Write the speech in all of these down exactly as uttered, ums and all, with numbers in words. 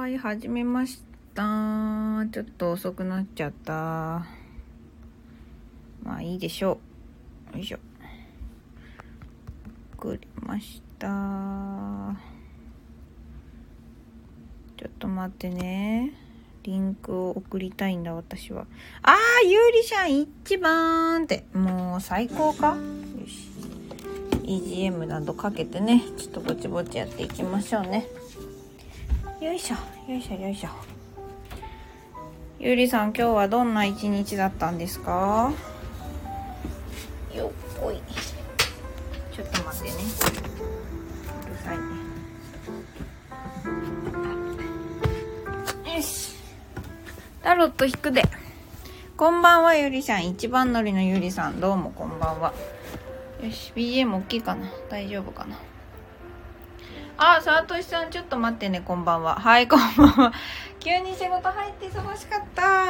ーい、始めました。ちょっと遅くなっちゃった。まあいいでしょう。よいしょ。送りました。ちょっと待ってね。リンクを送りたいんだ、私は。あー、ゆうりちゃん一番って。もう最高か。よし。イージーエム などかけてね、ちょっとぼちぼちやっていきましょうね。よいしょ、よいしょ、よいしょ。ゆうりさん、今日はどんな一日だったんですか？よっこい。ちょっと待ってね。うるさいね。よし。タロット引くで。こんばんは、ゆりさん。一番乗りのゆりさん。どうもこんばんは。よし、ビージーエム 大きいかな？大丈夫かな？あ、さとしさん、ちょっと待ってね、こんばんは。はい、こんばんは。急に仕事入って忙しかった。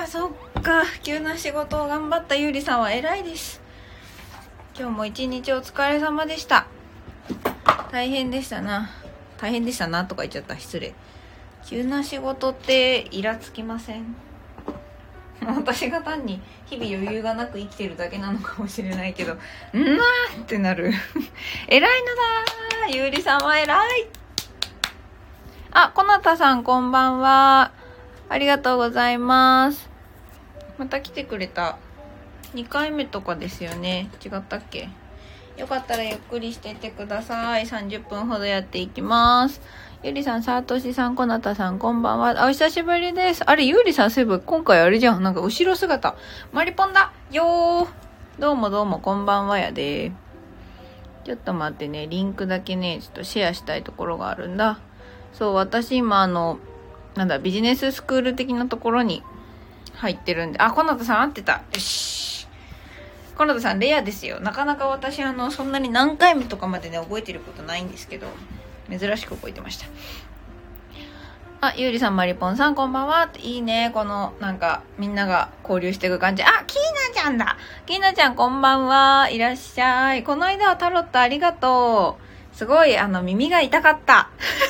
そっか、急な仕事を頑張ったゆりさんは偉いです。今日も一日お疲れ様でした。大変でしたな。大変でしたなとか言っちゃった。失礼。急な仕事ってイラつきません？私が単に日々余裕がなく生きてるだけなのかもしれないけど、んなーってなる。偉いのだー。ゆうりさんは偉い。あ、こなたさんこんばんは。ありがとうございます。また来てくれた。にかいめとかですよね。違ったっけ？よかったらゆっくりしてってください。さんじゅっぷんほどやっていきます。ゆりさん、さとしさん、こなたさん、こんばんは。あ、お久しぶりです。あれ、ゆりさん、そういえば今回あれじゃん。なんか後ろ姿。マリポンだよー。どうもどうも、こんばんはやで。ちょっと待ってね。リンクだけね、ちょっとシェアしたいところがあるんだ。そう、私今あの、なんだ、ビジネススクール的なところに入ってるんで。あ、こなたさん合ってた。よし。こなたさんレアですよ。なかなか私あの、そんなに何回目とかまでね、覚えてることないんですけど。珍しく覚えてました。あ、ゆうりさん、まりぽんさん、こんばんは。いいね、この、なんか、みんなが交流していく感じ。あ、きーなちゃんだ。きーなちゃん、こんばんは。いらっしゃい。この間はタロットありがとう。すごい、あの、耳が痛かった。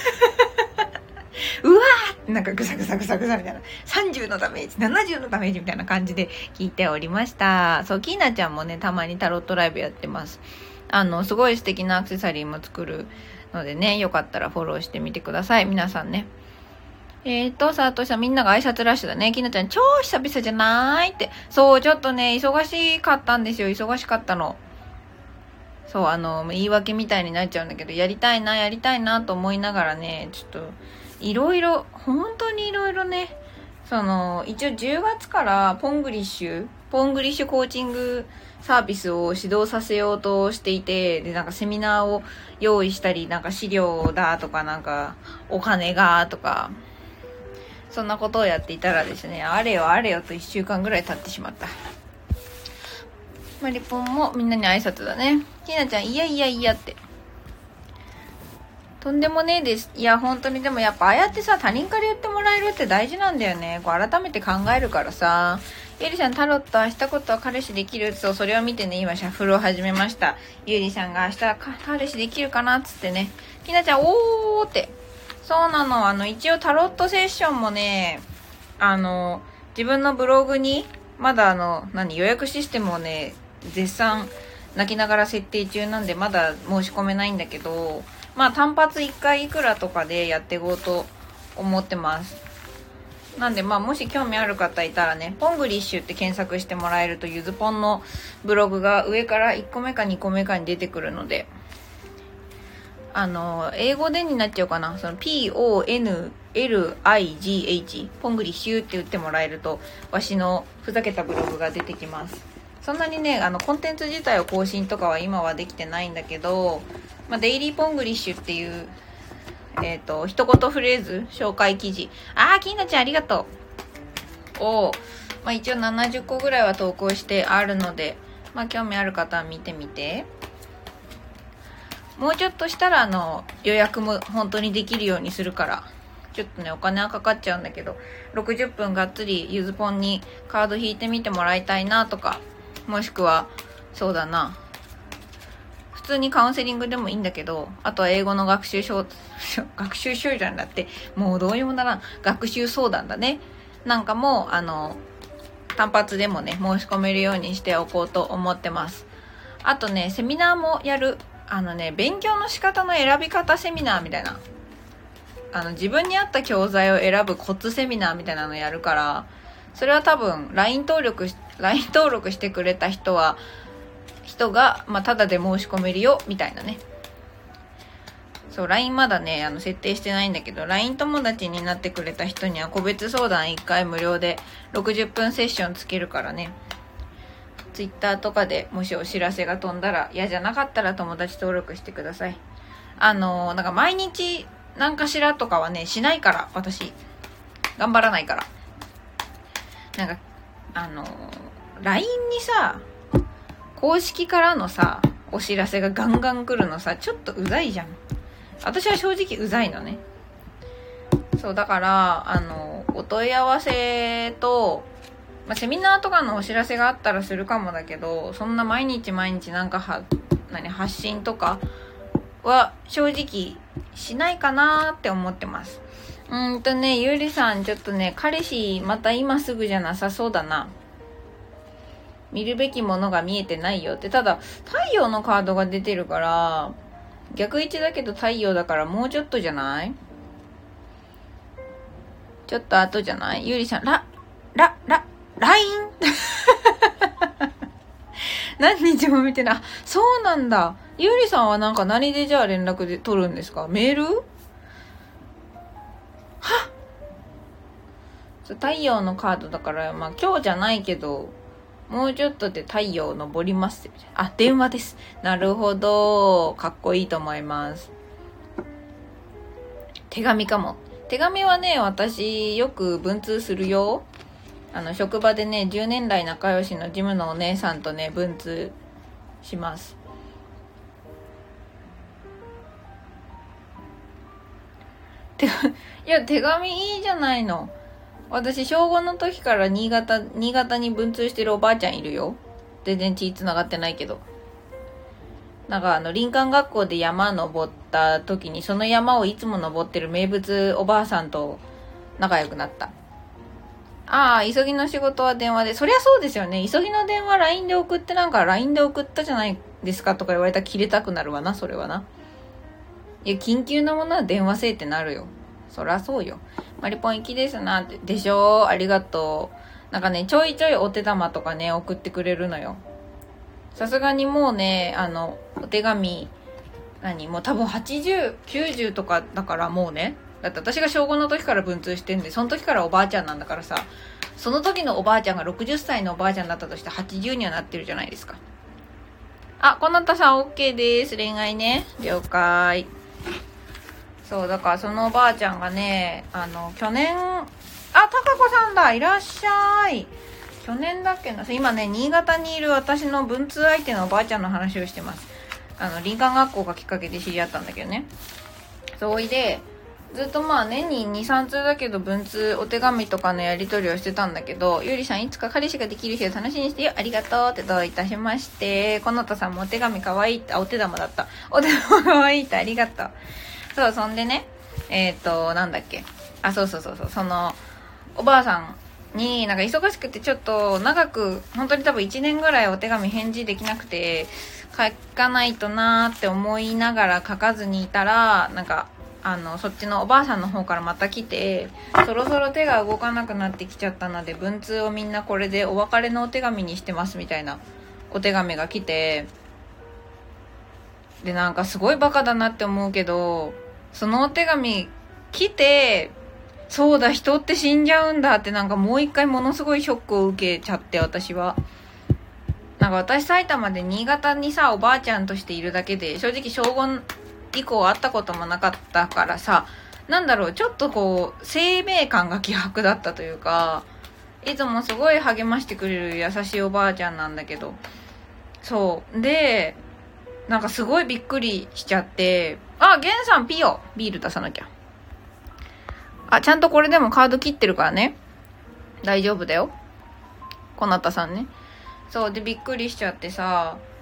うわーってなんかぐさぐさぐさぐさみたいな。さんじゅうのダメージ、ななじゅうのダメージみたいな感じで聞いておりました。そう、きーなちゃんもね、たまにタロットライブやってます。あの、すごい素敵なアクセサリーも作るのでね、よかったらフォローしてみてください。皆さんね。えーと、さとしさん、みんなが挨拶ラッシュだね。きなちゃん、超久々じゃないって。そう、ちょっとね、忙しかったんですよ。忙しかったの。そう、あの、言い訳みたいになっちゃうんだけど、やりたいな、やりたいなと思いながらね、ちょっと、いろいろ、本当にいろいろね、その、一応じゅうがつからポングリッシュ、ポングリッシュコーチングサービスを指導させようとしていて、で、なんかセミナーを用意したり、なんか資料だとか、なんかお金がとか、そんなことをやっていたらですね、あれよあれよといっしゅうかんぐらい経ってしまった。マリポンもみんなに挨拶だね。きなちゃん、いやいやいやって。とんでもねえです。いや、本当にでもやっぱああやってさ、他人から言ってもらえるって大事なんだよね。こう改めて考えるからさ。ゆりさん、タロット明日ことは彼氏できる？そう、それを見てね、今シャッフルを始めました。ゆりさんが明日彼氏できるかなっつってね。きなちゃん、おーって。そうなの。あの、一応タロットセッションもね、あの、自分のブログに、まだあの、何、予約システムをね、絶賛泣きながら設定中なんで、まだ申し込めないんだけど、まあ単発いっかいいくらとかでやっていこうと思ってます。なんでまあもし興味ある方いたらね、ポングリッシュって検索してもらえるとゆずぽんのブログが上からいっこめかにこめかに出てくるので、あの、英語でになっちゃうかな。その ピーオーエヌエルアイジーエイチ ポングリッシュって言ってもらえると、わしのふざけたブログが出てきます。そんなにね、あの、コンテンツ自体を更新とかは今はできてないんだけど、まあ、デイリーポングリッシュっていう、えっと、一言フレーズ紹介記事。あー、きーなちゃんありがとう。を、まあ、一応ななじゅっこぐらいは投稿してあるので、まあ、興味ある方は見てみて。もうちょっとしたら、あの、予約も本当にできるようにするから、ちょっとね、お金はかかっちゃうんだけど、ろくじゅっぷんがっつりゆずぽんにカード引いてみてもらいたいなとか、もしくは、そうだな、普普通にカウンセリングでもいいんだけど、あとは英語の学習書学習集団だって、もうどうにもならん、学習相談だねなんかもあの単発でもね申し込めるようにしておこうと思ってます。あとねセミナーもやる。あのね勉強の仕方の選び方セミナーみたいな、あの自分に合った教材を選ぶコツセミナーみたいなのやるから、それは多分 ライン 登録し ライン 登録してくれた人は人が、まあ、ただで申し込めるよみたいなね。そう ライン まだねあの設定してないんだけど、 ライン 友達になってくれた人には個別相談いっかい無料でろくじゅっぷんセッションつけるからね。 Twitter とかでもしお知らせが飛んだら、嫌じゃなかったら友達登録してください。あのなんか毎日何かしらとかはねしないから、私頑張らないから。なんかあの ライン にさ公式からのさお知らせがガンガン来るのさ、ちょっとうざいじゃん。私は正直うざいのね。そうだからあのお問い合わせと、まあ、セミナーとかのお知らせがあったらするかもだけど、そんな毎日毎日なんかは何発信とかは正直しないかなって思ってます。うーんとねゆりさんちょっとね彼氏また今すぐじゃなさそうだな。見るべきものが見えてないよって。ただ太陽のカードが出てるから逆位置だけど太陽だからもうちょっとじゃない？ちょっと後じゃない？ゆりさんラララライン何日も見てない。あ、そうなんだ。ゆりさんはなんか何でじゃあ連絡で取るんですか？メール？はっ、そう太陽のカードだからまあ今日じゃないけどもうちょっとで太陽昇りますみたいな。あ、電話です。なるほど。かっこいいと思います。手紙かも。手紙はね、私よく文通するよ。あの、職場でね、じゅうねん来仲良しの事務のお姉さんとね、文通します。ていや、手紙いいじゃないの。私小ごの時から新潟新潟に文通してるおばあちゃんいるよ。全然血つながってないけど、なんかあの林間学校で山登った時にその山をいつも登ってる名物おばあさんと仲良くなった。ああ、急ぎの仕事は電話で。そりゃそうですよね。急ぎの電話 ライン で送って、なんか ライン で送ったじゃないですかとか言われたら切れたくなるわな、それはな。いや緊急なものは電話せえってなるよ。そりゃそうよ。マリポン行きですなって。でしょ、ありがとう。なんかねちょいちょいお手玉とかね送ってくれるのよ。さすがにもうねあのお手紙何もう多分はちじゅう、きゅうじゅうとかだからもうね。だって私が小ごの時から文通してんで、その時からおばあちゃんなんだからさ、その時のおばあちゃんがろくじゅっさいのおばあちゃんだったとしてはちじゅうにはなってるじゃないですか。あ、こなたさん OK です。恋愛ね。了解。そうだからそのおばあちゃんがねあの去年、あ、たかこさんだ、いらっしゃい。去年だっけな、今ね新潟にいる私の文通相手のおばあちゃんの話をしてます。あの林間学校がきっかけで知り合ったんだけどね。そういでずっとまあ年にに、さん通だけど文通お手紙とかのやり取りをしてたんだけど、ゆりさんいつか彼氏ができる日を楽しみにしてよ、ありがとうってどういたしまして。このたさんもお手紙かわいいって、あ、お手玉だった、お手玉かわいいってありがとう。そう、そんでねえっとなんだっけ、あ、そうそうそうそう、そのおばあさんになんか忙しくてちょっと長く本当に多分いちねんぐらいお手紙返事できなくて、書かないとなーって思いながら書かずにいたら、なんかあのそっちのおばあさんの方からまた来て、そろそろ手が動かなくなってきちゃったので文通をみんなこれでお別れのお手紙にしてますみたいなお手紙が来て、でなんかすごいバカだなって思うけど、そのお手紙来て、そうだ人って死んじゃうんだってなんかもう一回ものすごいショックを受けちゃって、私はなんか私埼玉で新潟にさおばあちゃんとしているだけで、正直小ご以降会ったこともなかったからさ、なんだろう、ちょっとこう生命感が希薄だったというか、いつもすごい励ましてくれる優しいおばあちゃんなんだけど、そうでなんかすごいびっくりしちゃって、あ、ゲンさんピヨビール出さなきゃ。あ、ちゃんとこれでもカード切ってるからね大丈夫だよ、こなたさんね。そうでびっくりしちゃってさ、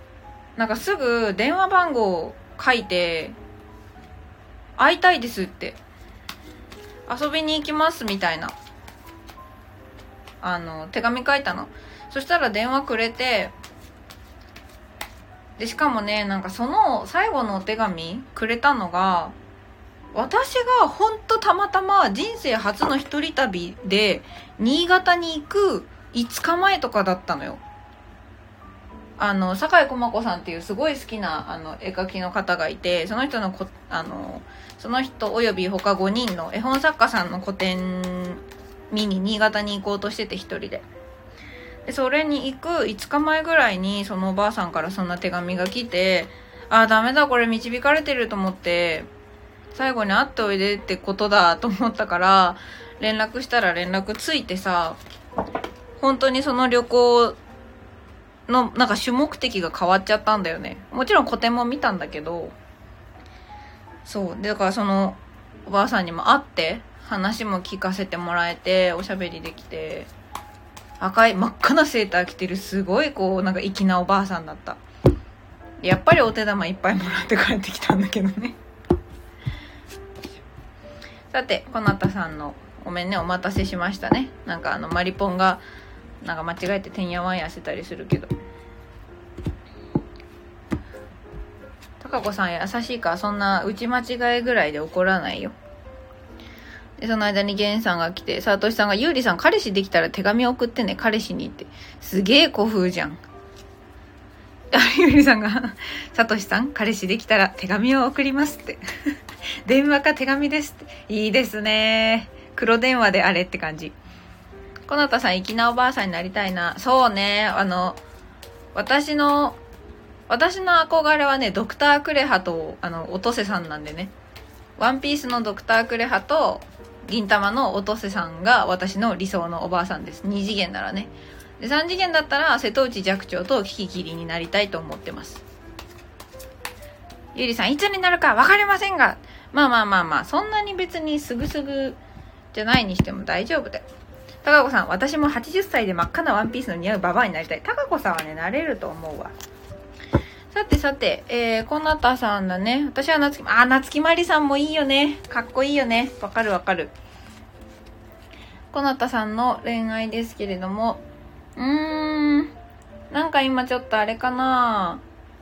なんかすぐ電話番号を書いて、会いたいですって、遊びに行きますみたいな、あの手紙書いたの。そしたら電話くれて、でしかもね、なんかその最後のお手紙くれたのが、私がほんとたまたま人生初の一人旅で新潟に行くいつかまえとかだったのよ。あの酒井駒子さんっていうすごい好きなあの絵描きの方がいて、その人のこあのその人および他ごにんの絵本作家さんの個展見に新潟に行こうとしてて、一人で。でそれに行くいつかまえぐらいにそのおばあさんからそんな手紙が来て、あーダメだこれ導かれてると思って、最後に会っておいでってことだと思ったから連絡したら連絡ついてさ、本当にその旅行のなんか主目的が変わっちゃったんだよね。もちろん個展も見たんだけど、そうだからそのおばあさんにも会って話も聞かせてもらえて、おしゃべりできて、赤い真っ赤なセーター着てるすごいこうなんか粋なおばあさんだった。やっぱりお手玉いっぱいもらって帰ってきたんだけどね。さて、こなたさんのごめんね、お待たせしましたね。なんかあのマリポンがなんか間違えててんやわんやしてたりするけど、たかこさん優しいからそんな打ち間違いぐらいで怒らないよ。でその間にゲンさんが来て、さとしさんがゆうりさん彼氏できたら手紙送ってね、彼氏にって。すげえ古風じゃん。ゆうりさんがさとしさん彼氏できたら手紙を送りますって電話か手紙ですって。いいですね、黒電話であれって感じ。こなたさん粋なおばあさんになりたいな。そうね、あの私の私の憧れはね、ドクタークレハとあの音瀬さんなんでね。ワンピースのドクタークレハと銀玉の音瀬さんが私の理想のおばあさんです。に次元ならね。でさん次元だったら瀬戸内寂聴とキキキリになりたいと思ってます。ゆりさんいつになるか分かりませんが、まあまあまあまあ、そんなに別にすぐすぐじゃないにしても大丈夫だよ。たかこさん、私もはちじゅっさいで真っ赤なワンピースの似合うババアになりたい。たかこさんはね、なれると思うわ。さてさて、えー、こなたさんだね。私は夏木、あ、夏木まりさんもいいよね。かっこいいよね。わかるわかる。こなたさんの恋愛ですけれども、うーん、なんか今ちょっとあれかな、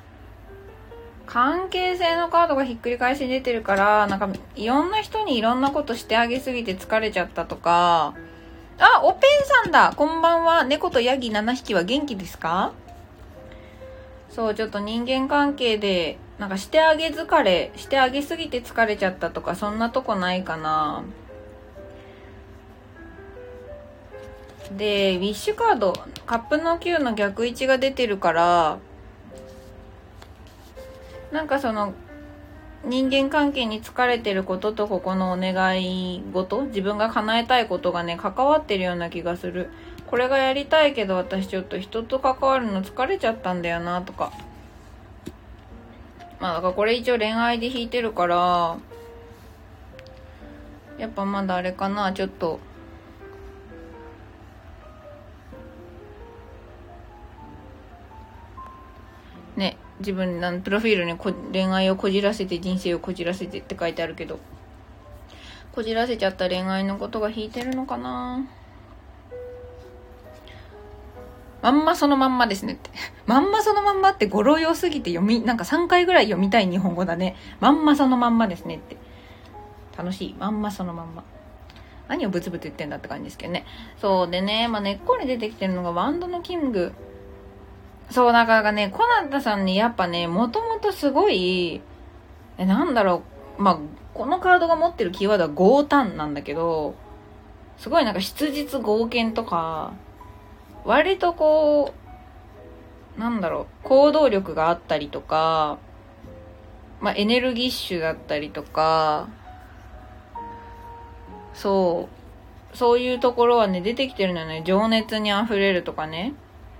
関係性のカードがひっくり返しに出てるから、なんかいろんな人にいろんなことしてあげすぎて疲れちゃったとか。あ、おぺんさんだ。こんばんは。猫とヤギななひきは元気ですか？そう、ちょっと人間関係でなんかしてあげ疲れしてあげすぎて疲れちゃったとか、そんなとこないかな。でウィッシュカードカップのきゅうの逆位置が出てるから、なんかその人間関係に疲れてることとここのお願い事、自分が叶えたいことがね関わってるような気がする。これがやりたいけど私ちょっと人と関わるの疲れちゃったんだよなとか。まあだからこれ一応恋愛で引いてるから、やっぱまだあれかな、ちょっとね、自分のプロフィールにこ恋愛をこじらせて人生をこじらせてって書いてあるけど、こじらせちゃった恋愛のことが引いてるのかな。まんまそのまんまですねってまんまそのまんまって語呂良すぎて読みなんかさんかいぐらい読みたい日本語だね。まんまそのまんまですねって楽しい。まんまそのまんま、何をブツブツ言ってんだって感じですけどね。そうでね、まあ、根っこに出てきてるのがワンドのキング。そう、なかなかね、コナタさんにやっぱね、もともとすごい、え、なんだろう、まあ、このカードが持ってるキーワードは強胆なんだけど、すごいなんか質実剛健とか、割とこう、なんだろう、行動力があったりとか、まあ、エネルギッシュだったりとか、そう、そういうところはね、出てきてるのよね。情熱に溢れるとかね。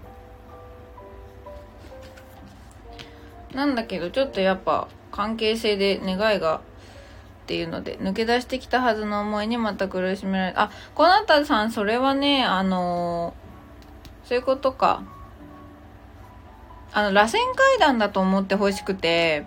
なんだけどちょっとやっぱ関係性で願いがっていうので抜け出してきたはずの思いにまた苦しめられた。あ、こなたさんそれはね、あのー、そういうことか。 あの螺旋階段だと思ってほしくて、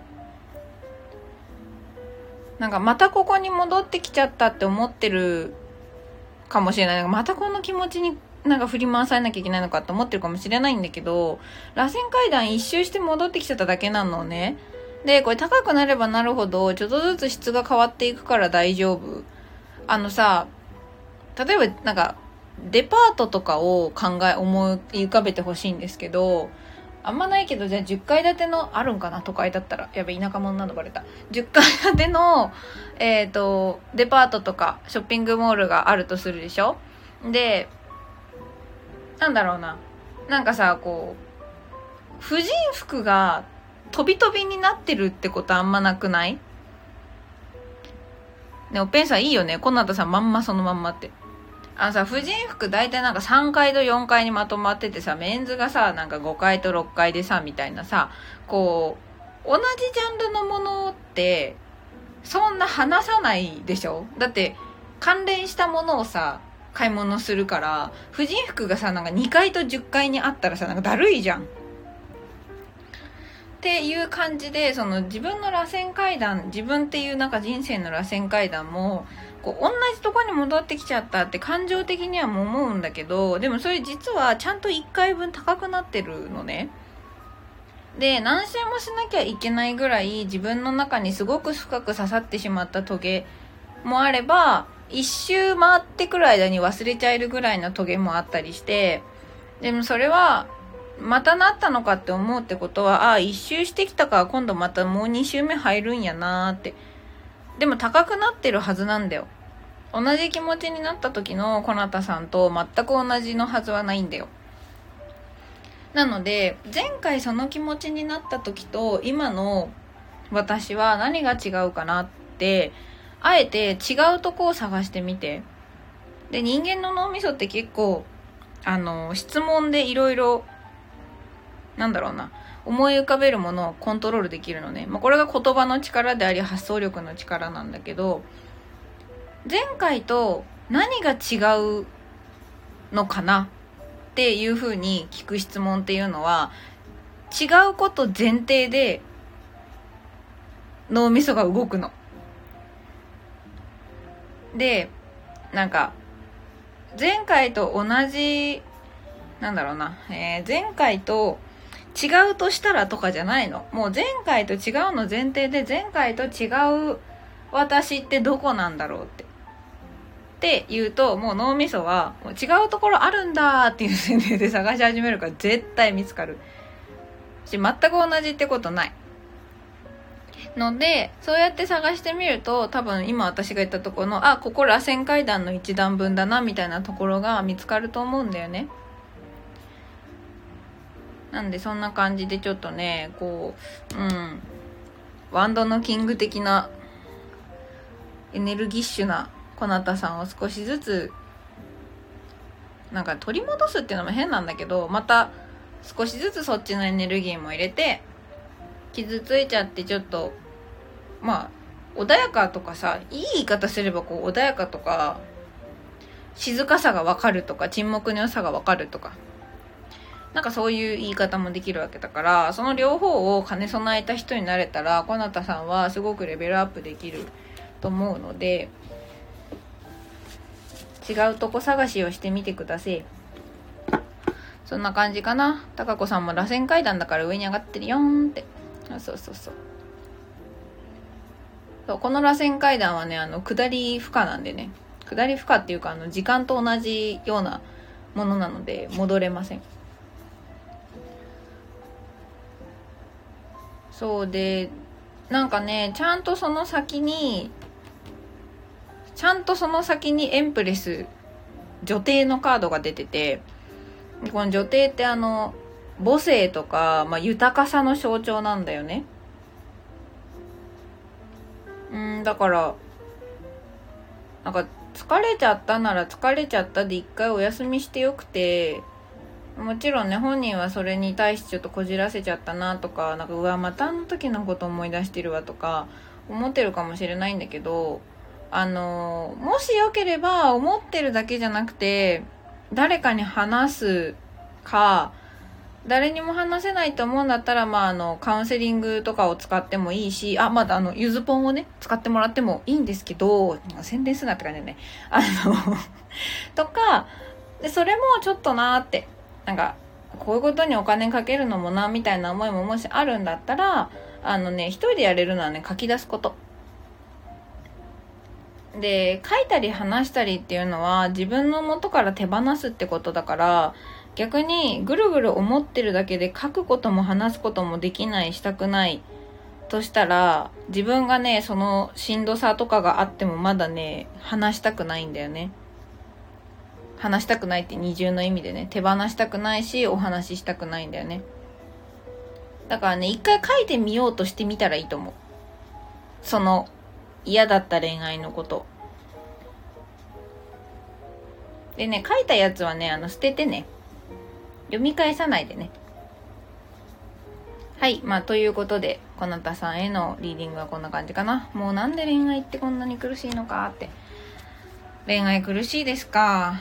なんかまたここに戻ってきちゃったって思ってるかもしれない。なんかまたこの気持ちになんか振り回されなきゃいけないのかって思ってるかもしれないんだけど、螺旋階段一周して戻ってきちゃっただけなのね。でこれ高くなればなるほどちょっとずつ質が変わっていくから大丈夫。あのさ、例えばなんかデパートとかを考え思い浮かべてほしいんですけど、あんまないけど、じゃあじゅっかい建てのあるんかな、都会だったら。やべ、田舎者なのバレた。じゅっかい建てのえっとデパートとかショッピングモールがあるとするでしょ。でなんだろうな、なんかさ、こう婦人服が飛び飛びになってるってことあんまなくない？ね、おペンさんいいよね、こなたさんまんまそのまんまって。あのさ、婦人服大体なんかさんかいとよんかいにまとまっててさ、メンズがさなんかごかいとろっかいでさみたいなさ、こう同じジャンルのものってそんな離さないでしょ。だって関連したものをさ買い物するから、婦人服がさなんかにかいとじゅっかいにあったらさなんかだるいじゃんっていう感じで、その自分の螺旋階段、自分っていうなんか人生の螺旋階段もこう同じとこに戻ってきちゃったって感情的にはもう思うんだけど、でもそれ実はちゃんといっかいぶん高くなってるのね。で何周もしなきゃいけないぐらい自分の中にすごく深く刺さってしまったトゲもあれば、一周回ってくる間に忘れちゃえるぐらいのトゲもあったりして、でもそれはまたなったのかって思うってことは、ああ一周してきたから今度またもうに周目入るんやなーって。でも高くなってるはずなんだよ。同じ気持ちになった時のこなたさんと全く同じのはずはないんだよ。なので前回その気持ちになった時と今の私は何が違うかなって、あえて違うとこを探してみて。で人間の脳みそって結構あの質問でいろいろなんだろうな、思い浮かべるものをコントロールできるのね。まあ、これが言葉の力であり発想力の力なんだけど、前回と何が違うのかなっていう風に聞く質問っていうのは、違うこと前提で脳みそが動くので、なんか前回と同じなんだろうな、えー、前回と違うとしたらとかじゃないの。もう前回と違うの前提で、前回と違う私ってどこなんだろうってって言うと、もう脳みそはもう違うところあるんだっていう前提で探し始めるから絶対見つかるし、全く同じってことないので、そうやって探してみると多分今私が言ったところの、あ、ここ螺旋階段の一段分だなみたいなところが見つかると思うんだよね。なんでそんな感じでちょっとね、こう、うん、ワンドのキング的なエネルギッシュなこなたさんを少しずつなんか取り戻すっていうのも変なんだけど、また少しずつそっちのエネルギーも入れて、傷ついちゃってちょっとまあ穏やかとかさ、いい言い方すればこう穏やかとか静かさが分かるとか沈黙の良さが分かるとか、なんかそういう言い方もできるわけだから、その両方を兼ね備えた人になれたらこなたさんはすごくレベルアップできると思うので、違うとこ探しをしてみてください。そんな感じかな。たかこさんも螺旋階段だから上に上がってるよーんって。あ、そうそうそう。そう、この螺旋階段はね、あの下り負荷なんでね、下り負荷っていうかあの時間と同じようなものなので戻れません。そうで、なんかね、ちゃんとその先にちゃんとその先にエンプレス女帝のカードが出てて、この女帝ってあの母性とか、まあ、豊かさの象徴なんだよね。うんだからなんか疲れちゃったなら疲れちゃったで一回お休みしてよくて、もちろんね本人はそれに対してちょっとこじらせちゃったなとか、なんかうわまたあの時のこと思い出してるわとか思ってるかもしれないんだけど、あのもしよければ思ってるだけじゃなくて誰かに話すか、 誰にも話せないと思うんだったら、まあ、あのカウンセリングとかを使ってもいいし、あ、まだあのゆずぽんをね使ってもらってもいいんですけど、宣伝すなって感じだね。あのとかで、それもちょっとなーって、なんかこういうことにお金かけるのもなみたいな思いももしあるんだったら、あのね、一人でやれるのはね、書き出すことで、書いたり話したりっていうのは自分の元から手放すってことだから、逆にぐるぐる思ってるだけで書くことも話すこともできない、したくないとしたら、自分がね、そのしんどさとかがあってもまだね、話したくないんだよね。話したくないって二重の意味でね、手放したくないし、お話ししたくないんだよね。だからね、一回書いてみようとしてみたらいいと思う。その嫌だった恋愛のことでね、書いたやつはね、あの捨ててね、読み返さないでね。はい、まあということで、こなたさんへのリーディングはこんな感じかな。もうなんで恋愛ってこんなに苦しいのかって。恋愛苦しいですか。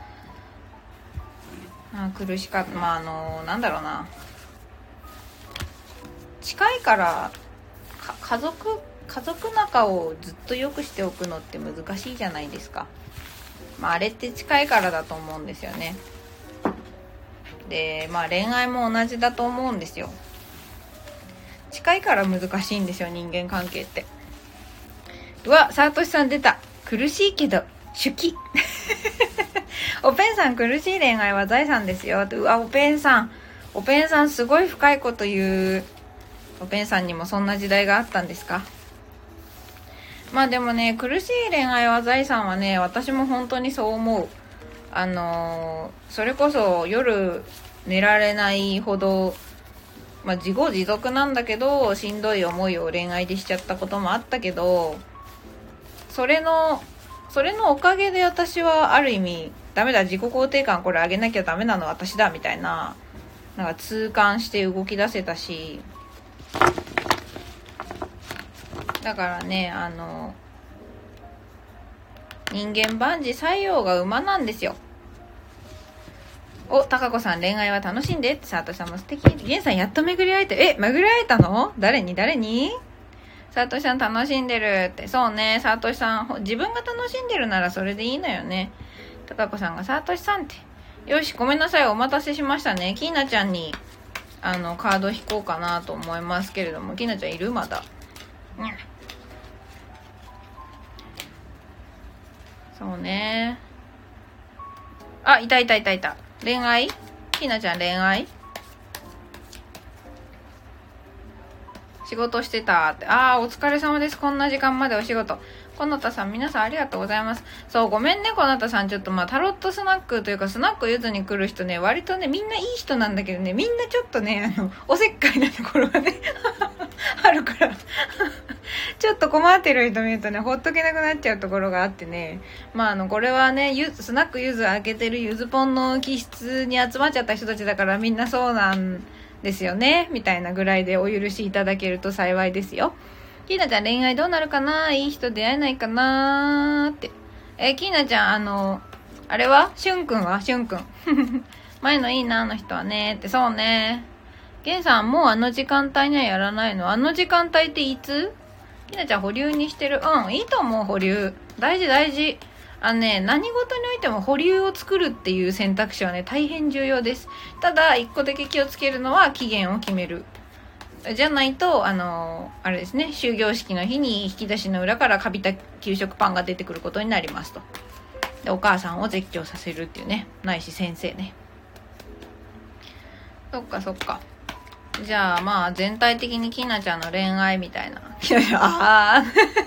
あ、苦しかった。まああのなんだろうな、近いからか家族家族仲をずっと良くしておくのって難しいじゃないですか。まああれって近いからだと思うんですよね。で、まあ恋愛も同じだと思うんですよ。近いから難しいんですよ、人間関係って。うわ、さとしさん出た。苦しいけど手記おぺんさん、苦しい恋愛は財産ですよ。うわ、おぺんさんおぺんさんすごい深いこと言う。おぺんさんにもそんな時代があったんですか。まあでもね、苦しい恋愛は財産はね、私も本当にそう思う。あのー、それこそ夜寝られないほど、まあ自業自得なんだけど、しんどい思いを恋愛でしちゃったこともあったけど、それのそれのおかげで私はある意味、ダメだ、自己肯定感これ上げなきゃダメなの私だみたいな、なんか痛感して動き出せたし、だからね、あの人間万事採用が馬なんですよ。お、たかこさん、恋愛は楽しんでって。さとしさんも素敵。げんさん、やっと巡り会えて、え、巡り会えたの？誰に誰に？さとしさん楽しんでるって。そうね、さとしさん、自分が楽しんでるならそれでいいのよね。たかこさんが、さとしさんって。よし、ごめんなさい、お待たせしましたね。きーなちゃんに、あの、カード引こうかなと思いますけれども、きーなちゃんいる？まだ。うん。そうね。あ、いたいたいたいた。恋愛？きなちゃん恋愛？仕事してたって。あー、お疲れ様です。こんな時間までお仕事。こなたさん、皆さんありがとうございます。そう、ごめんね、こなたさん。ちょっとまあ、タロットスナックというか、スナックゆずに来る人ね、割とね、みんないい人なんだけどね、みんなちょっとね、あの、おせっかいなところがね、あるから。ちょっと困ってる人見るとね、ほっとけなくなっちゃうところがあってね。まあ、あの、これはね、ゆスナックゆず開けてるゆずぽんの気質に集まっちゃった人たちだから、みんなそうなんですよね。みたいなぐらいでお許しいただけると幸いですよ。きーなちゃん、恋愛どうなるかな？いい人出会えないかなって。え、きーなちゃん、あの、あれはしゅんくんはしゅんくん。前のいいな、あの人はね。って、そうね。げんさん、もうあの時間帯にはやらないの？あの時間帯っていつ？きなちゃん保留にしてる。うん、いいと思う、保留。大事大事。あのね、何事においても保留を作るっていう選択肢はね、大変重要です。ただ、一個だけ気をつけるのは期限を決める。じゃないと、あの、あれですね、終業式の日に引き出しの裏からカビた給食パンが出てくることになりますと。で、お母さんを絶叫させるっていうね、ないし先生ね。そっかそっか。じゃあまあ全体的にきなちゃんの恋愛みたいな。ああ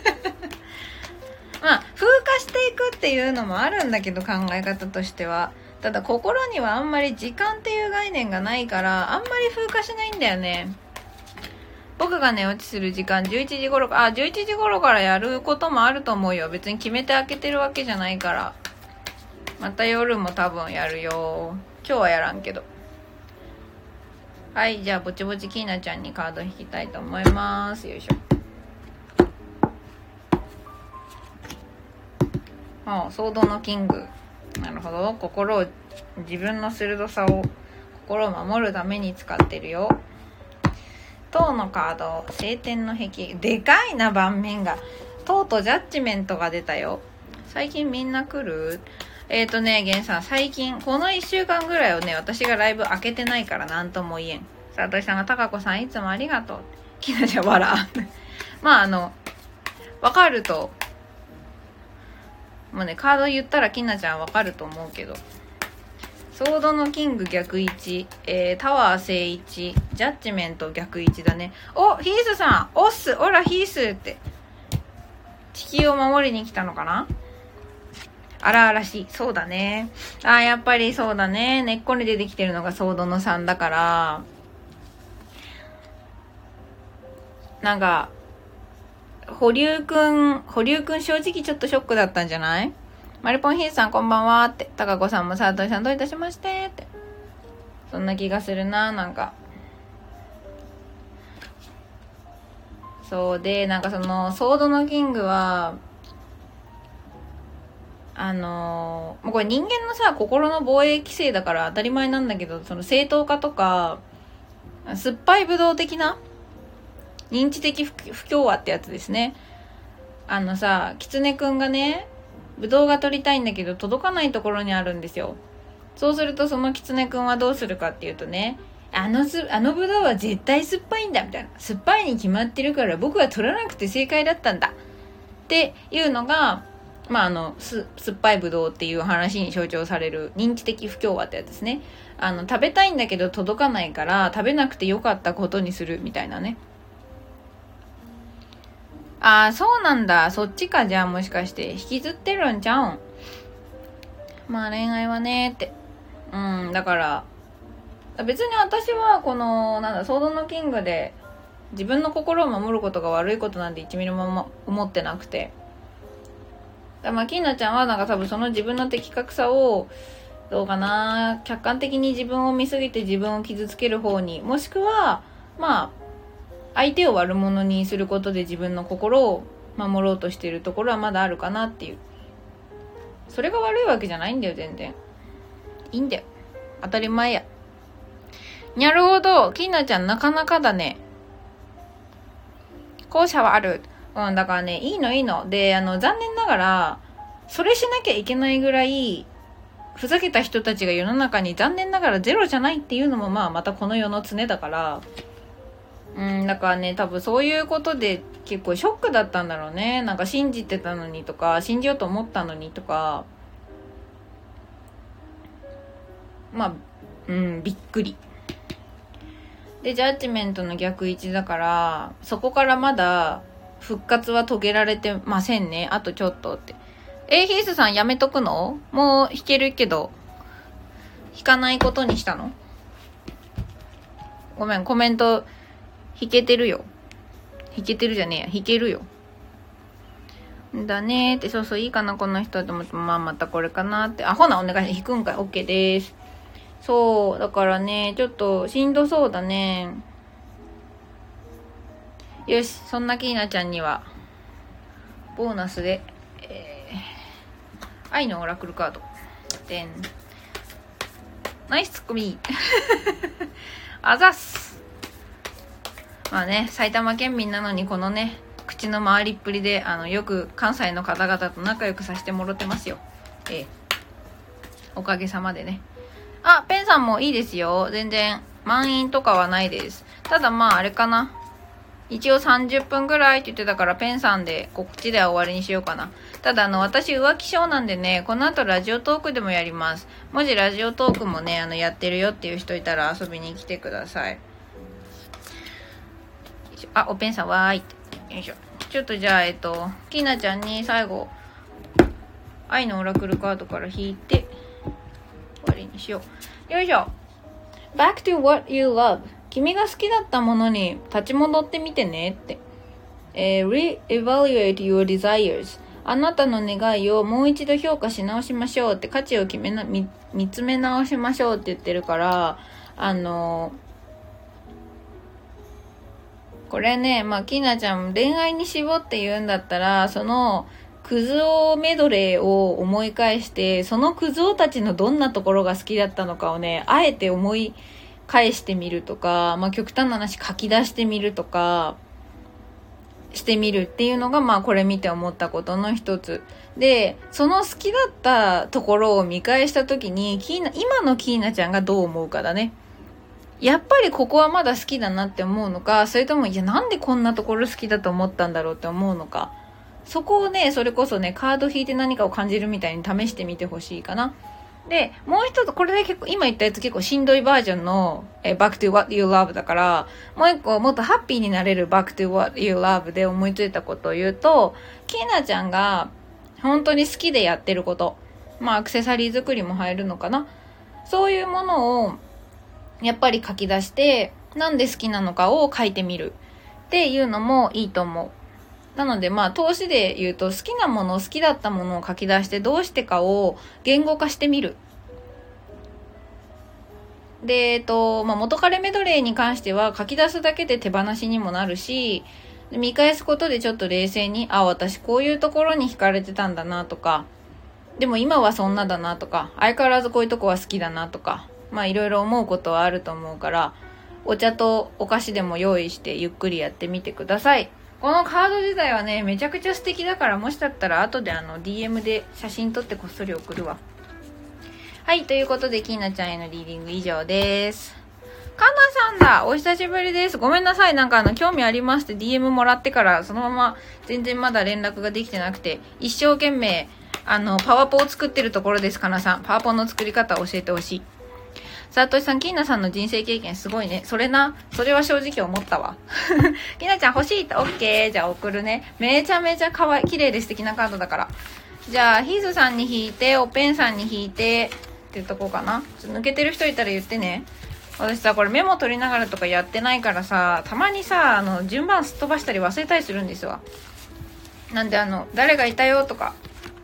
まあ風化していくっていうのもあるんだけど、考え方としては。ただ心にはあんまり時間っていう概念がないから、あんまり風化しないんだよね。僕が寝落ちする時間じゅういちじ頃か、あ、じゅういちじ頃からやることもあると思うよ。別に決めて開けてるわけじゃないから。また夜も多分やるよ。今日はやらんけど。はい、じゃあぼちぼちきーなちゃんにカード引きたいと思います。よいしょ。ああ、ソードのキング。なるほど。心を、自分の鋭さを心を守るために使ってるよ。塔のカード、晴天の壁。でかいな、盤面が。塔とジャッジメントが出たよ。最近みんな来る？えーとね、ゲンさん、最近、このいっしゅうかんぐらいをね、私がライブ開けてないからなんとも言えん。さとしさんが、たかこさんいつもありがとう。きなちゃん笑う。まああの、わかると、もうね、カード言ったらきなちゃんわかると思うけど。ソードのキング逆位置、えー、タワー正位置、ジャッジメント逆位置だね。お、ヒースさん、おっす、おらヒースって。地球を守りに来たのかな？荒々しい。そうだね。あー、やっぱりそうだね。根っこに出てきてるのがソードのさんだから、なんか、保留くん、保留くん正直ちょっとショックだったんじゃない？マリポンヒースさんこんばんはって。たかこさんもさとしさんどういたしましてって。そんな気がするな、なんか。そうで、なんかその、ソードのキングは、あのー、もうこれ人間のさ、心の防衛規制だから当たり前なんだけど、その正当化とか、酸っぱいブドウ的な認知的不協和ってやつですね。あのさ、キツネくんがね、ブドウが取りたいんだけど届かないところにあるんですよ。そうするとそのキツネくんはどうするかっていうとね、あのす、あのブドウは絶対酸っぱいんだみたいな。酸っぱいに決まってるから僕は取らなくて正解だったんだっていうのが、まああの、す、酸っぱいブドウっていう話に象徴される認知的不協和ってやつですね。あの、食べたいんだけど届かないから食べなくてよかったことにするみたいなね。ああ、そうなんだ。そっちか。じゃあもしかして引きずってるんちゃうん。まあ恋愛はねって。うん、だから別に私はこのなんだソードのキングで自分の心を守ることが悪いことなんていちミリも思ってなくて、だまあキーナちゃんはなんか多分その自分の的確さをどうかな、客観的に自分を見すぎて自分を傷つける方に、もしくはまあ相手を悪者にすることで自分の心を守ろうとしているところはまだあるかなっていう。それが悪いわけじゃないんだよ、全然いいんだよ、当たり前や。なるほど、きなちゃんなかなかだね。後者はある。うん、だからね、いいのいいので、あの残念ながらそれしなきゃいけないぐらいふざけた人たちが世の中に残念ながらゼロじゃないっていうのもまあまたこの世の常だから、うん、だからね、多分そういうことで結構ショックだったんだろうね。なんか信じてたのにとか、信じようと思ったのにとか、まあ、うん、びっくり。で、ジャッジメントの逆位置だから、そこからまだ復活は遂げられてませんね。あとちょっとって。えー、ヒースさんやめとくの？もう弾けるけど、弾かないことにしたの？ごめん、コメント、弾けてるよ。弾けてるじゃねえや。弾けるよ。だねーって、そうそう、いいかな、この人と思って、まあ、またこれかなって。あ、ほな、お願い。弾くんかい。OK です。そう、だからね、ちょっと、しんどそうだね。よし、そんなキーナちゃんには、ボーナスで、えー、愛のオラクルカード。でん。ナイスツッコミ。あざっす。まあね、埼玉県民なのにこのね、口の回りっぷりで、あの、よく関西の方々と仲良くさせてもろてますよ。ええ。おかげさまでね。あ、ペンさんもいいですよ。全然、満員とかはないです。ただまあ、あれかな。一応さんじゅっぷんぐらいって言ってたから、ペンさんでこっちでは終わりにしようかな。ただあの、私浮気症なんでね、この後ラジオトークでもやります。もしラジオトークもね、あの、やってるよっていう人いたら遊びに来てください。あ、おペンさんわーいって。よいしょ。ちょっとじゃあ、えっと、きなちゃんに最後、愛のオラクルカードから引いて、終わりにしよう。よいしょ。Back to what you love. 君が好きだったものに立ち戻ってみてねって。えー、Re-evaluate your desires. あなたの願いをもう一度評価し直しましょうって、価値を決めな、見、見つめ直しましょうって言ってるから、あのー、これね、まあ、きなちゃん恋愛に絞って言うんだったら、そのクズ男メドレーを思い返して、そのクズ男たちのどんなところが好きだったのかをね、あえて思い返してみるとか、まあ極端な話書き出してみるとかしてみるっていうのが、まあこれ見て思ったことの一つで、その好きだったところを見返した時にキーナ、今のキーナちゃんがどう思うかだね。やっぱりここはまだ好きだなって思うのか、それともいやなんでこんなところ好きだと思ったんだろうって思うのか、そこをね、それこそね、カード引いて何かを感じるみたいに試してみてほしいかな。で、もう一つ、これで結構、今言ったやつ結構しんどいバージョンの、え Back to What You Love だから、もう一個もっとハッピーになれる Back to What You Love で思いついたことを言うと、キーナちゃんが本当に好きでやってること、まあアクセサリー作りも入るのかな。そういうものをやっぱり書き出して、なんで好きなのかを書いてみるっていうのもいいと思う。なのでまあ投資で言うと、好きなもの、好きだったものを書き出してどうしてかを言語化してみる。で、えっと、まあ元彼メドレーに関しては書き出すだけで手放しにもなるし、見返すことでちょっと冷静に、あ、私こういうところに惹かれてたんだなとか、でも今はそんなだなとか、相変わらずこういうとこは好きだなとか、まあいろいろ思うことはあると思うから、お茶とお菓子でも用意してゆっくりやってみてください。このカード自体はね、めちゃくちゃ素敵だから、もしだったら後であの ディーエム で写真撮ってこっそり送るわ。はい、ということでキーナちゃんへのリーディング以上です。カナさんだ、お久しぶりです。ごめんなさい、なんかあの興味ありますって ディーエム もらってからそのまま全然まだ連絡ができてなくて、一生懸命あのパワポを作ってるところです。カナさん、パワポの作り方を教えてほしい。さとしさん、キーナさんの人生経験すごいね。それな、それは正直思ったわ。キーナちゃん欲しいって、オッケー。じゃあ送るね。めちゃめちゃ可愛い、綺麗で素敵なカードだから。じゃあ、ヒーズさんに引いて、おペンさんに引いて、って言っとこうかな。ちょっと抜けてる人いたら言ってね。私さ、これメモ取りながらとかやってないからさ、たまにさ、あの、順番すっ飛ばしたり忘れたりするんですわ。なんであの、誰がいたよとか。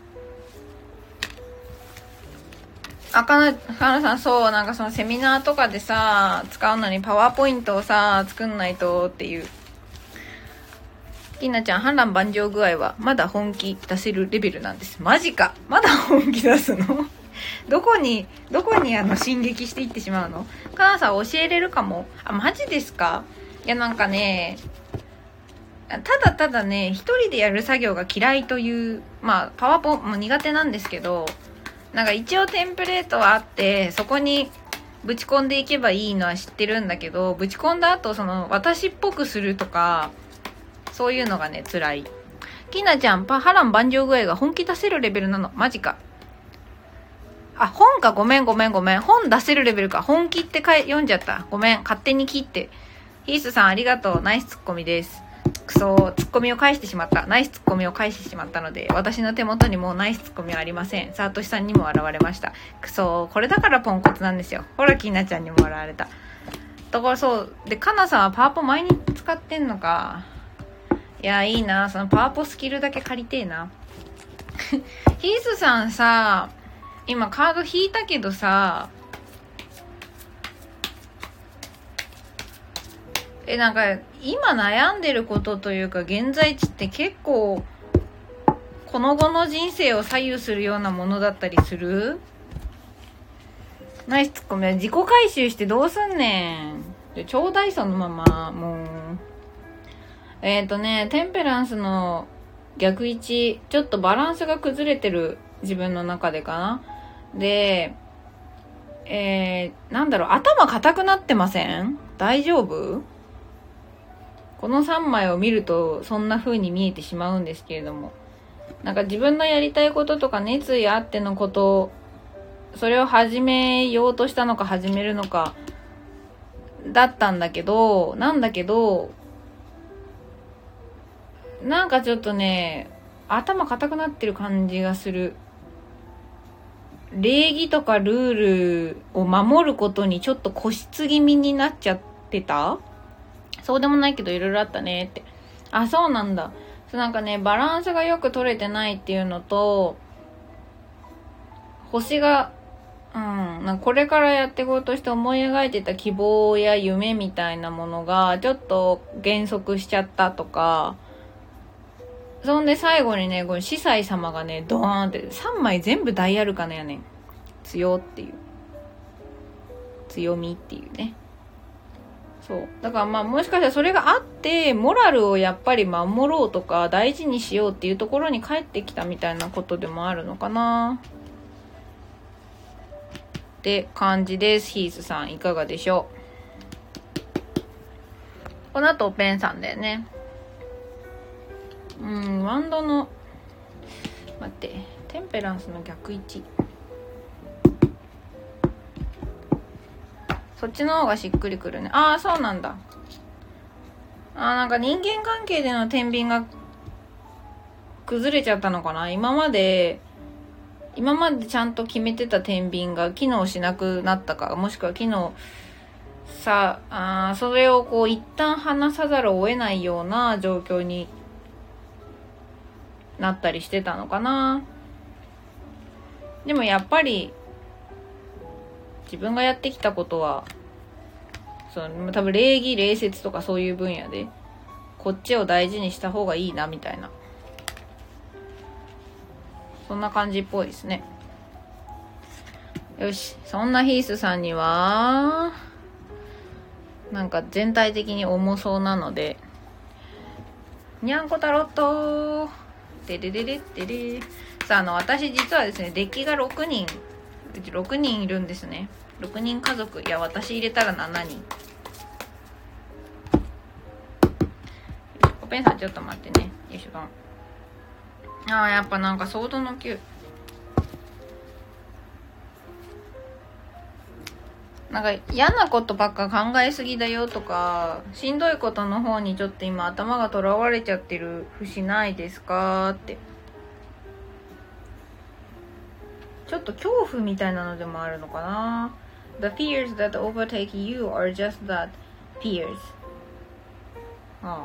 あかな、かなさん、そう、なんかそのセミナーとかでさ、使うのにパワーポイントをさ、作んないとっていう。きなちゃん、波乱万丈具合はまだ本気出せるレベルなんです。マジか。まだ本気出すのどこに、どこにあの進撃していってしまうの？かなさん教えれるかも。あ、マジですか？いや、なんかね、ただただね、一人でやる作業が嫌いという、まあ、パワポも苦手なんですけど、なんか一応テンプレートはあって、そこにぶち込んでいけばいいのは知ってるんだけど、ぶち込んだ後、その私っぽくするとか、そういうのがね、辛い。きなちゃん、パ波乱万丈具合が本気出せるレベルなの。マジか。あ、本か。ごめんごめんごめん。本出せるレベルか。本気ってかい読んじゃった。ごめん。勝手に切って。ヒースさんありがとう。ナイスツッコミです。くそー、ツッコミを返してしまった。ナイスツッコミを返してしまったので、私の手元にもうナイスツッコミはありません。サトシさんにも現れました。くそー、これだからポンコツなんですよ。ほら、きなちゃんにも現れた。だからそう。で、かなさんはパワポ毎日使ってんのか。いや、いいな。そのパワポスキルだけ借りてえな。ヒースさんさ、今カード引いたけどさ、え、なんか今悩んでることというか現在地って結構この後の人生を左右するようなものだったりする？ナイスツッコミ。自己回収してどうすんねん。でちょうだいそのまま。もうえっとね、テンペランスの逆位置、ちょっとバランスが崩れてる、自分の中でかな。で、えー、なんだろう、頭固くなってません？大丈夫？このさんまいを見るとそんな風に見えてしまうんですけれども、なんか自分のやりたいこととか熱意あってのこと、それを始めようとしたのか始めるのかだったんだけど、なんだけどなんかちょっとね、頭固くなってる感じがする。礼儀とかルールを守ることにちょっと固執気味になっちゃってた？そうでもないけどいろいろあったねって。あ、そうなんだ。なんかね、バランスがよく取れてないっていうのと、星が、うん、なんかこれからやっていこうとして思い描いてた希望や夢みたいなものがちょっと減速しちゃったとか、 そんで最後にね、これ司祭様がね、ドーンってさんまい全部ダイヤルカナやねん。強っていう。強みっていうね。そう。だからまあもしかしたらそれがあって、モラルをやっぱり守ろうとか大事にしようっていうところに帰ってきたみたいなことでもあるのかな。って感じです。ヒースさんいかがでしょう。この後オペンさんだよね。うん、ワンドの待ってテンペランスの逆位置、そっちの方がしっくりくるね。ああそうなんだ。あーなんか人間関係での天秤が崩れちゃったのかな。今まで今までちゃんと決めてた天秤が機能しなくなったか、もしくは機能さあそれをこう一旦離さざるを得ないような状況になったりしてたのかな。でもやっぱり自分がやってきたことはその多分礼儀礼節とかそういう分野でこっちを大事にした方がいいなみたいな、そんな感じっぽいですね。よし、そんなヒースさんにはなんか全体的に重そうなので、にゃんこタロットででででででさあ、あの私実はですねデッキがろくにん、うちろくにんいるんですね。ろくにん家族、いや私入れたらしちにん。おペンさんちょっと待ってね。よいしょ。あーやっぱなんかソードのきゅうなんか嫌なことばっか考えすぎだよとかしんどいことの方にちょっと今頭がとらわれちゃってる節ないですかって、ちょっと恐怖みたいなのでもあるのかな。 The fears that overtake you are just that fears、は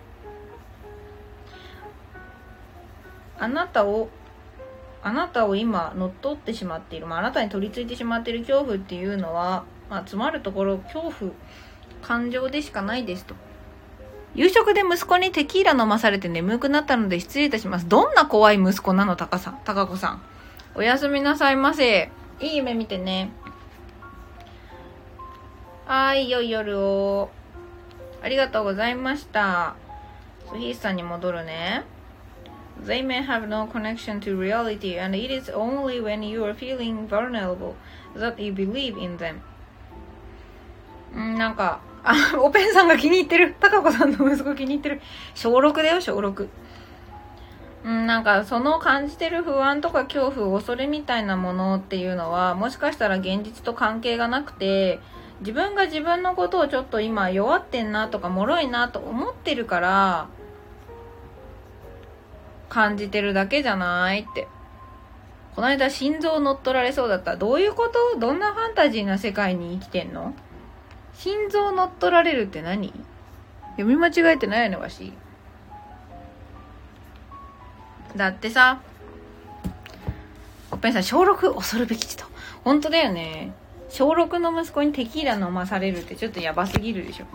あ、あなたをあなたを今乗っ取ってしまっている、まあ、あなたに取り付いてしまっている恐怖っていうのは、まあ、つまるところ恐怖感情でしかないですと。夕食で息子にテキーラ飲まされて眠くなったので失礼いたします。どんな怖い息子なのタカさん、タカ子さん。おやすみなさいませ。いい夢見てね。はい、良い夜を。ありがとうございました。ヒースさんに戻るね。They may have no connection to reality, and it is only when you are feeling vulnerable that you believe in them. んなんか、あ、おペンさんが気に入ってる。タカ子さんの息子気に入ってる。小ろくだよ、小ろく。うん、なんかその感じてる不安とか恐怖、恐れみたいなものっていうのはもしかしたら現実と関係がなくて、自分が自分のことをちょっと今弱ってんなとか脆いなと思ってるから感じてるだけじゃないって。この間心臓乗っ取られそうだった。どういうこと？どんなファンタジーな世界に生きてんの？心臓乗っ取られるって何？読み間違えてないよねわし。だってさ、おっぺんさん小ろく恐るべき地と。本当だよね。小ろくの息子にテキーラ飲まされるってちょっとヤバすぎるでしょ。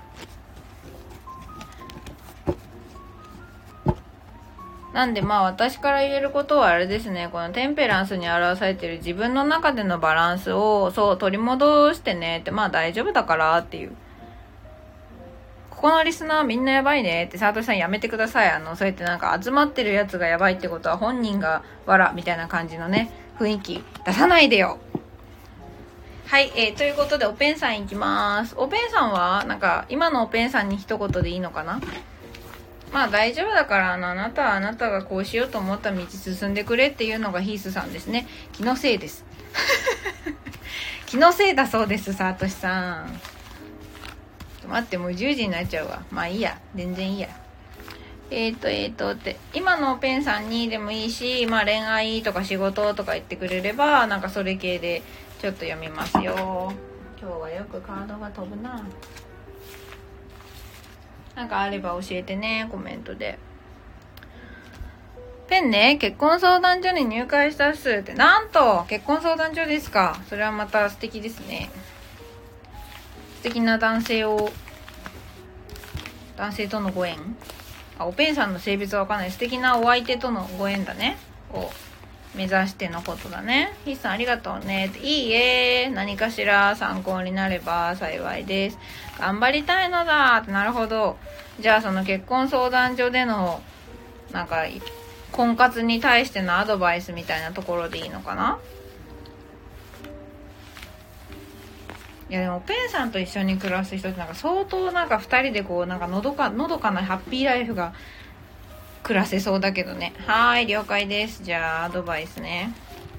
なんでまあ私から言えることはあれですね、このテンペランスに表されてる自分の中でのバランスをそう取り戻してねって、まあ大丈夫だからっていう。ここのリスナーみんなやばいねって、サートシさんやめてください。あのそうやってなんか集まってるやつがやばいってことは本人がわらみたいな感じのね雰囲気出さないでよ。はい、えー、ということでおペンさんいきます。おペンさんはなんか今のおペンさんに一言でいいのかな。まあ大丈夫だから、あのあなたはあなたがこうしようと思った道進んでくれっていうのがヒースさんですね。気のせいです気のせいだそうです。サートシさん待って、もうじゅうじになっちゃうわ。まあいいや、全然いいや。えっ、ー、とえっ、ー、とって今のおペンさんにでもいいし、まあ恋愛とか仕事とか言ってくれればなんかそれ系でちょっと読みますよ。今日はよくカードが飛ぶな。なんかあれば教えてね、コメントで。ペンね、結婚相談所に入会したっすって。なんと結婚相談所ですか。それはまた素敵ですね。素敵な男性を男性とのご縁あ、おペンさんの性別はわかんない。素敵なお相手とのご縁だね。を目指してのことだね。ひっさんありがとうね。いいえ。何かしら参考になれば幸いです。頑張りたいのだって。なるほど。じゃあその結婚相談所でのなんか婚活に対してのアドバイスみたいなところでいいのかな。いやでもペンさんと一緒に暮らす人ってなんか相当なんかふたりでこうなんかのどかのどかなハッピーライフが暮らせそうだけどね。はーい、了解です。じゃあアドバイスね。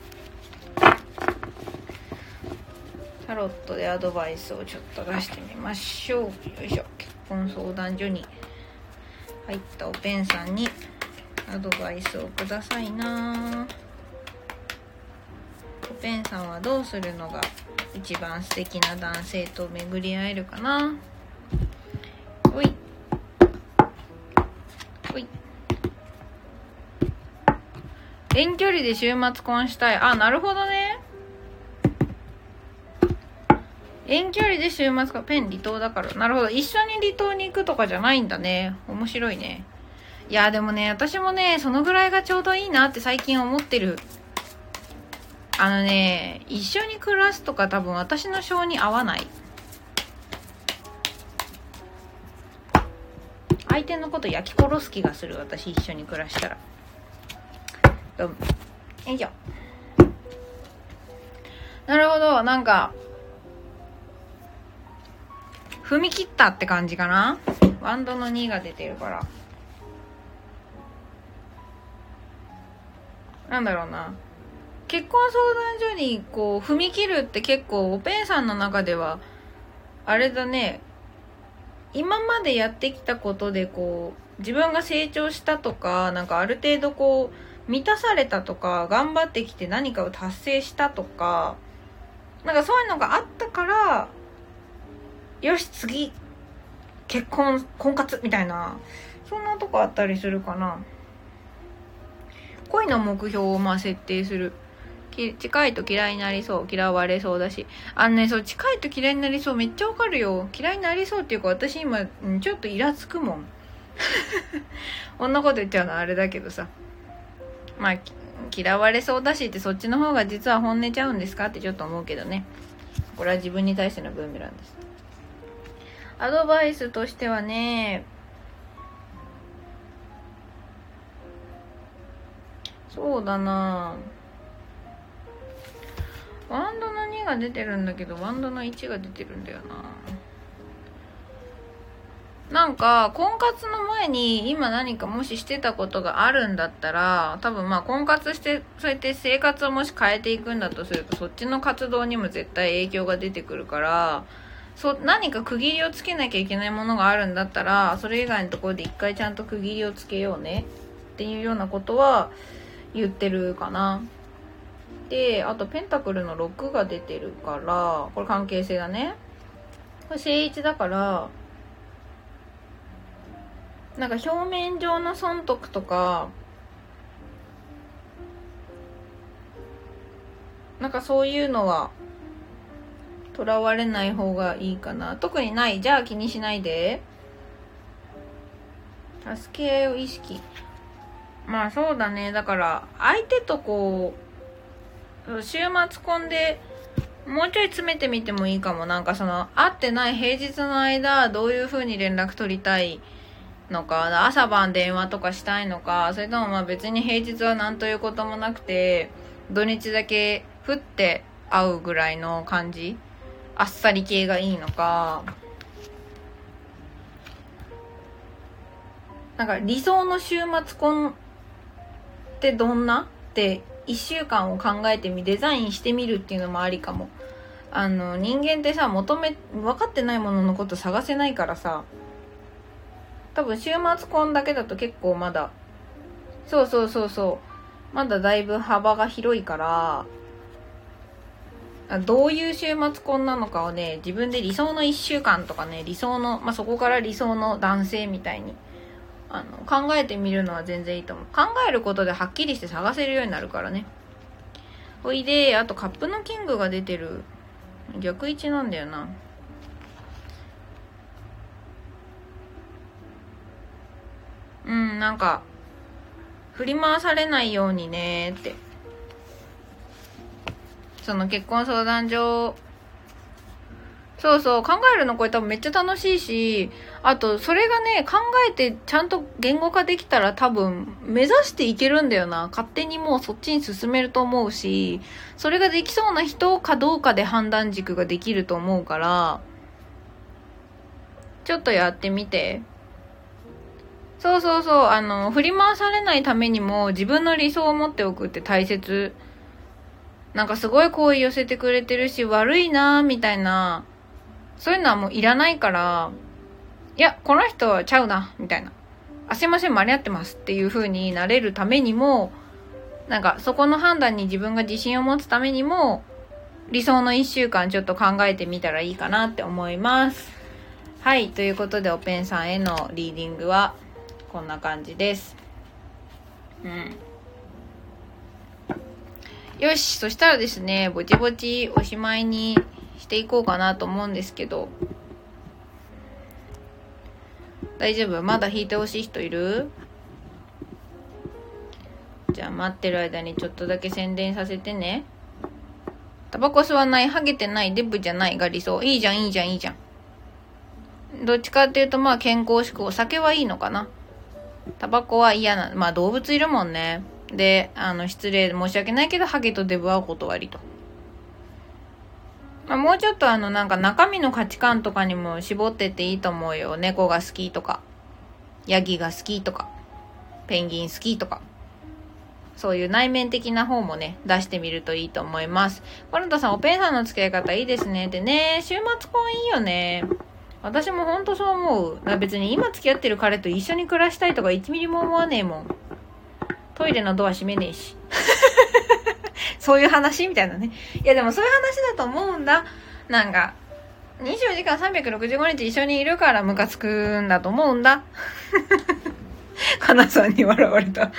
タロットでアドバイスをちょっと出してみましょう。よいしょ。結婚相談所に入ったおペンさんにアドバイスをくださいな。おペンさんはどうするのが一番素敵な男性と巡り会えるかな。おいおい。遠距離で週末婚したい。あ、なるほどね。遠距離で週末か。ペン離島だから。なるほど。一緒に離島に行くとかじゃないんだね。面白いね。いやでもね、私もね、そのぐらいがちょうどいいなって最近思ってる。あのね、一緒に暮らすとか多分私の性に合わない。相手のこと焼き殺す気がする。私一緒に暮らしたら。どうも。よいしょ。なるほど。なんか踏み切ったって感じかな。ワンドのにが出てるからなんだろうな。結婚相談所にこう踏み切るって結構おペンさんの中ではあれだね。今までやってきたことでこう自分が成長したとか、なんかある程度こう満たされたとか、頑張ってきて何かを達成したとか、なんかそういうのがあったから、よし次結婚婚活みたいな、そんなとこあったりするかな。恋の目標をまあ設定する。近いと嫌いになりそう、嫌われそうだし、あのね、そう近いと嫌いになりそうめっちゃわかるよ。嫌いになりそうっていうか、私今ちょっとイラつくもん。こんなこと言っちゃうのはあれだけどさ、まあ嫌われそうだしって、そっちの方が実は本音ちゃうんですかってちょっと思うけどね。これは自分に対してのブーメランです。アドバイスとしてはね、そうだな、ワンドのにが出てるんだけどワンドのいちが出てるんだよな。なんか婚活の前に今何かもししてたことがあるんだったら、多分まあ婚活してそうやって生活をもし変えていくんだとすると、そっちの活動にも絶対影響が出てくるから、そ何か区切りをつけなきゃいけないものがあるんだったら、それ以外のところで一回ちゃんと区切りをつけようねっていうようなことは言ってるかな。で、あとペンタクルのろくが出てるから、これ関係性だね。これ正いちだから、なんか表面上の損得とか、なんかそういうのはとらわれない方がいいかな。特にない。じゃあ気にしないで。助け合いを意識。まあそうだね。だから相手とこう週末婚でもうちょい詰めてみてもいいかも。なんかその会ってない平日の間どういう風に連絡取りたいのか、朝晩電話とかしたいのか、それともまあ別に平日は何ということもなくて土日だけ降って会うぐらいの感じ、あっさり系がいいのか。なんか理想の週末婚ってどんなっていっしゅうかんを考えてみ、デザインしてみるっていうのもありかも。あの人間ってさ、求め分かってないもののこと探せないからさ、多分週末婚だけだと結構まだ、そうそうそうそう、まだだいぶ幅が広いから、どういう週末婚なのかをね、自分で理想のいっしゅうかんとかね、理想の、まあ、そこから理想の男性みたいにあの考えてみるのは全然いいと思う。考えることではっきりして探せるようになるからね。ほいで、あとカップのキングが出てる。逆位置なんだよな。 うん、なんか振り回されないようにねって。その結婚相談所、そうそう、考えるのこれ多分めっちゃ楽しいし、あとそれがね、考えてちゃんと言語化できたら多分目指していけるんだよな。勝手にもうそっちに進めると思うし、それができそうな人かどうかで判断軸ができると思うから、ちょっとやってみて。そうそうそう、あの、振り回されないためにも自分の理想を持っておくって大切。なんかすごい好意寄せてくれてるし、悪いなーみたいな、そういうのはもういらないから、いや、この人はちゃうな、みたいな。あ、すいません、間に合ってますっていう風になれるためにも、なんかそこの判断に自分が自信を持つためにも、理想のいっしゅうかんちょっと考えてみたらいいかなって思います。はい、ということでおペンさんへのリーディングはこんな感じです。うん。よし、そしたらですね、ぼちぼちおしまいにしていこうかなと思うんですけど、大丈夫？まだ弾いてほしい人いる？じゃあ待ってる間にちょっとだけ宣伝させてね。タバコ吸わない、ハゲてない、デブじゃないが理想。いいじゃん、いいじゃん、いいじゃん。どっちかっていうとまあ健康志向。お酒はいいのかな。タバコは嫌な、まあ動物いるもんね。で、あの失礼申し訳ないけどハゲとデブはお断りと。まあ、もうちょっとあのなんか中身の価値観とかにも絞ってっていいと思うよ。猫が好きとか、ヤギが好きとか、ペンギン好きとか、そういう内面的な方もね出してみるといいと思います。コルトさん、おペンさんの付き合い方いいですねってね。週末婚いいよね。私もほんとそう思う。別に今付き合ってる彼と一緒に暮らしたいとかいちミリも思わねえもん。トイレのドア閉めねえしそういう話みたいなね。いやでもそういう話だと思うんだ。なんかにじゅうよじかんさんびゃくろくじゅうごにち一緒にいるからムカつくんだと思うんだかなさんに笑われた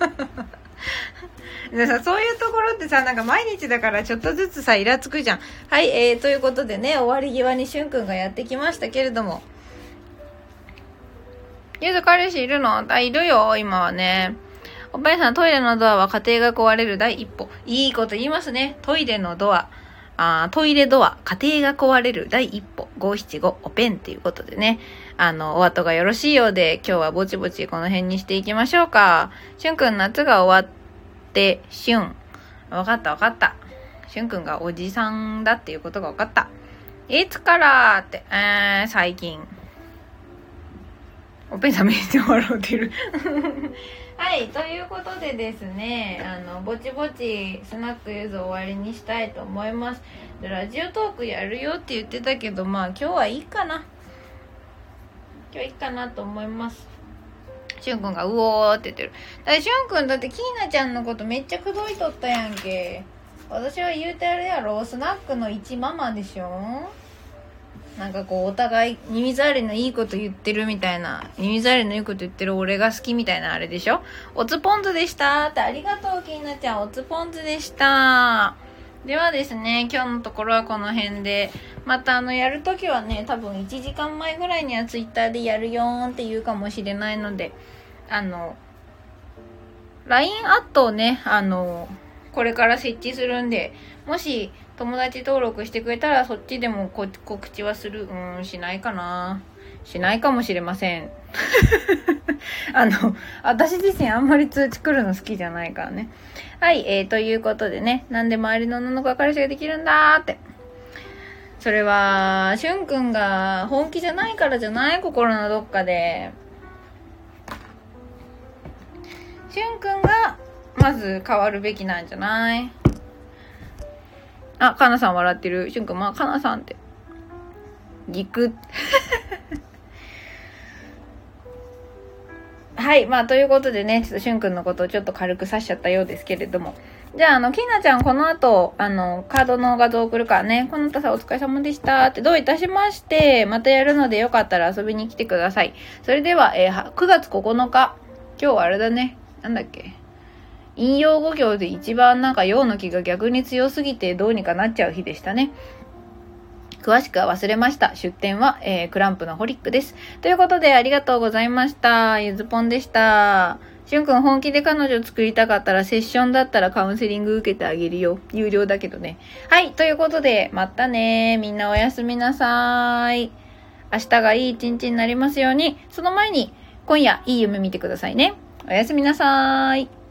でさ、そういうところってさ、なんか毎日だからちょっとずつさイラつくじゃん。はい、えー、ということでね、終わり際にしゅんくんがやってきましたけれども、ゆず彼氏いるの？あ、いるよ今はね。おばあさん、トイレのドアは家庭が壊れる第一歩。いいこと言いますね。トイレのドア、あトイレドア、家庭が壊れる第一歩。ごしちごおペンっていうことでね。あの、お後がよろしいようで、今日はぼちぼちこの辺にしていきましょうか。しゅんくん夏が終わって、しゅん。わかったわかった。しゅんくんがおじさんだっていうことがわかった。いつからって、えー、最近。おペンさんめっちゃ笑ってるはい、ということでですね、あのぼちぼちスナックゆず終わりにしたいと思います。で、ラジオトークやるよって言ってたけど、まあ今日はいいかな。今日いいかなと思います。しゅんくんがうおーって言ってる。だってしゅんくんだってキーナちゃんのことめっちゃ口説いとったやんけ。私は言うてあるやろ、スナックの一ママでしょ。なんかこうお互い耳障りのいいこと言ってるみたいな、耳障りのいいこと言ってる俺が好きみたいなあれでしょ。おつぽんずでしたって。ありがとうきなちゃん、おつぽんずでした。ではですね、今日のところはこの辺で、またあのやるときはね、多分いちじかんまえぐらいにはツイッターでやるよーんって言うかもしれないので、あの ライン アットをね、あのこれから設置するんで、もし友達登録してくれたらそっちでもこ告知はする。うーん、しないかな。しないかもしれません。あの、私自身あんまり通知来るの好きじゃないからね。はい、えー、ということでね、なんで周りの女の子が彼氏ができるんだーって。それは、しゅんくんが本気じゃないからじゃない？心のどっかで。しゅんくんが、まず変わるべきなんじゃない？あ、かなさん笑ってる。しゅんくん、まあ、かなさんって。ぎく。はい。まあ、ということでね、ちょっとしゅんくんのことをちょっと軽く刺しちゃったようですけれども。じゃあ、あの、きなちゃん、この後、あの、カードの画像送るからね。このたさんお疲れ様でしたって、どういたしまして、またやるのでよかったら遊びに来てください。それでは、えー、くがつここのか。今日はあれだね。なんだっけ。引用語行で一番なんか陽の気が逆に強すぎてどうにかなっちゃう日でしたね。 詳しくは忘れました。出店は、えー、クランプのホリックです。ということでありがとうございました。ゆずぽんでした。しゅんくん本気で彼女作りたかったらセッションだったらカウンセリング受けてあげるよ。有料だけどね。はい。ということで、またね。みんなおやすみなさい。明日がいい一日になりますように。その前に、今夜いい夢見てくださいね。おやすみなさい。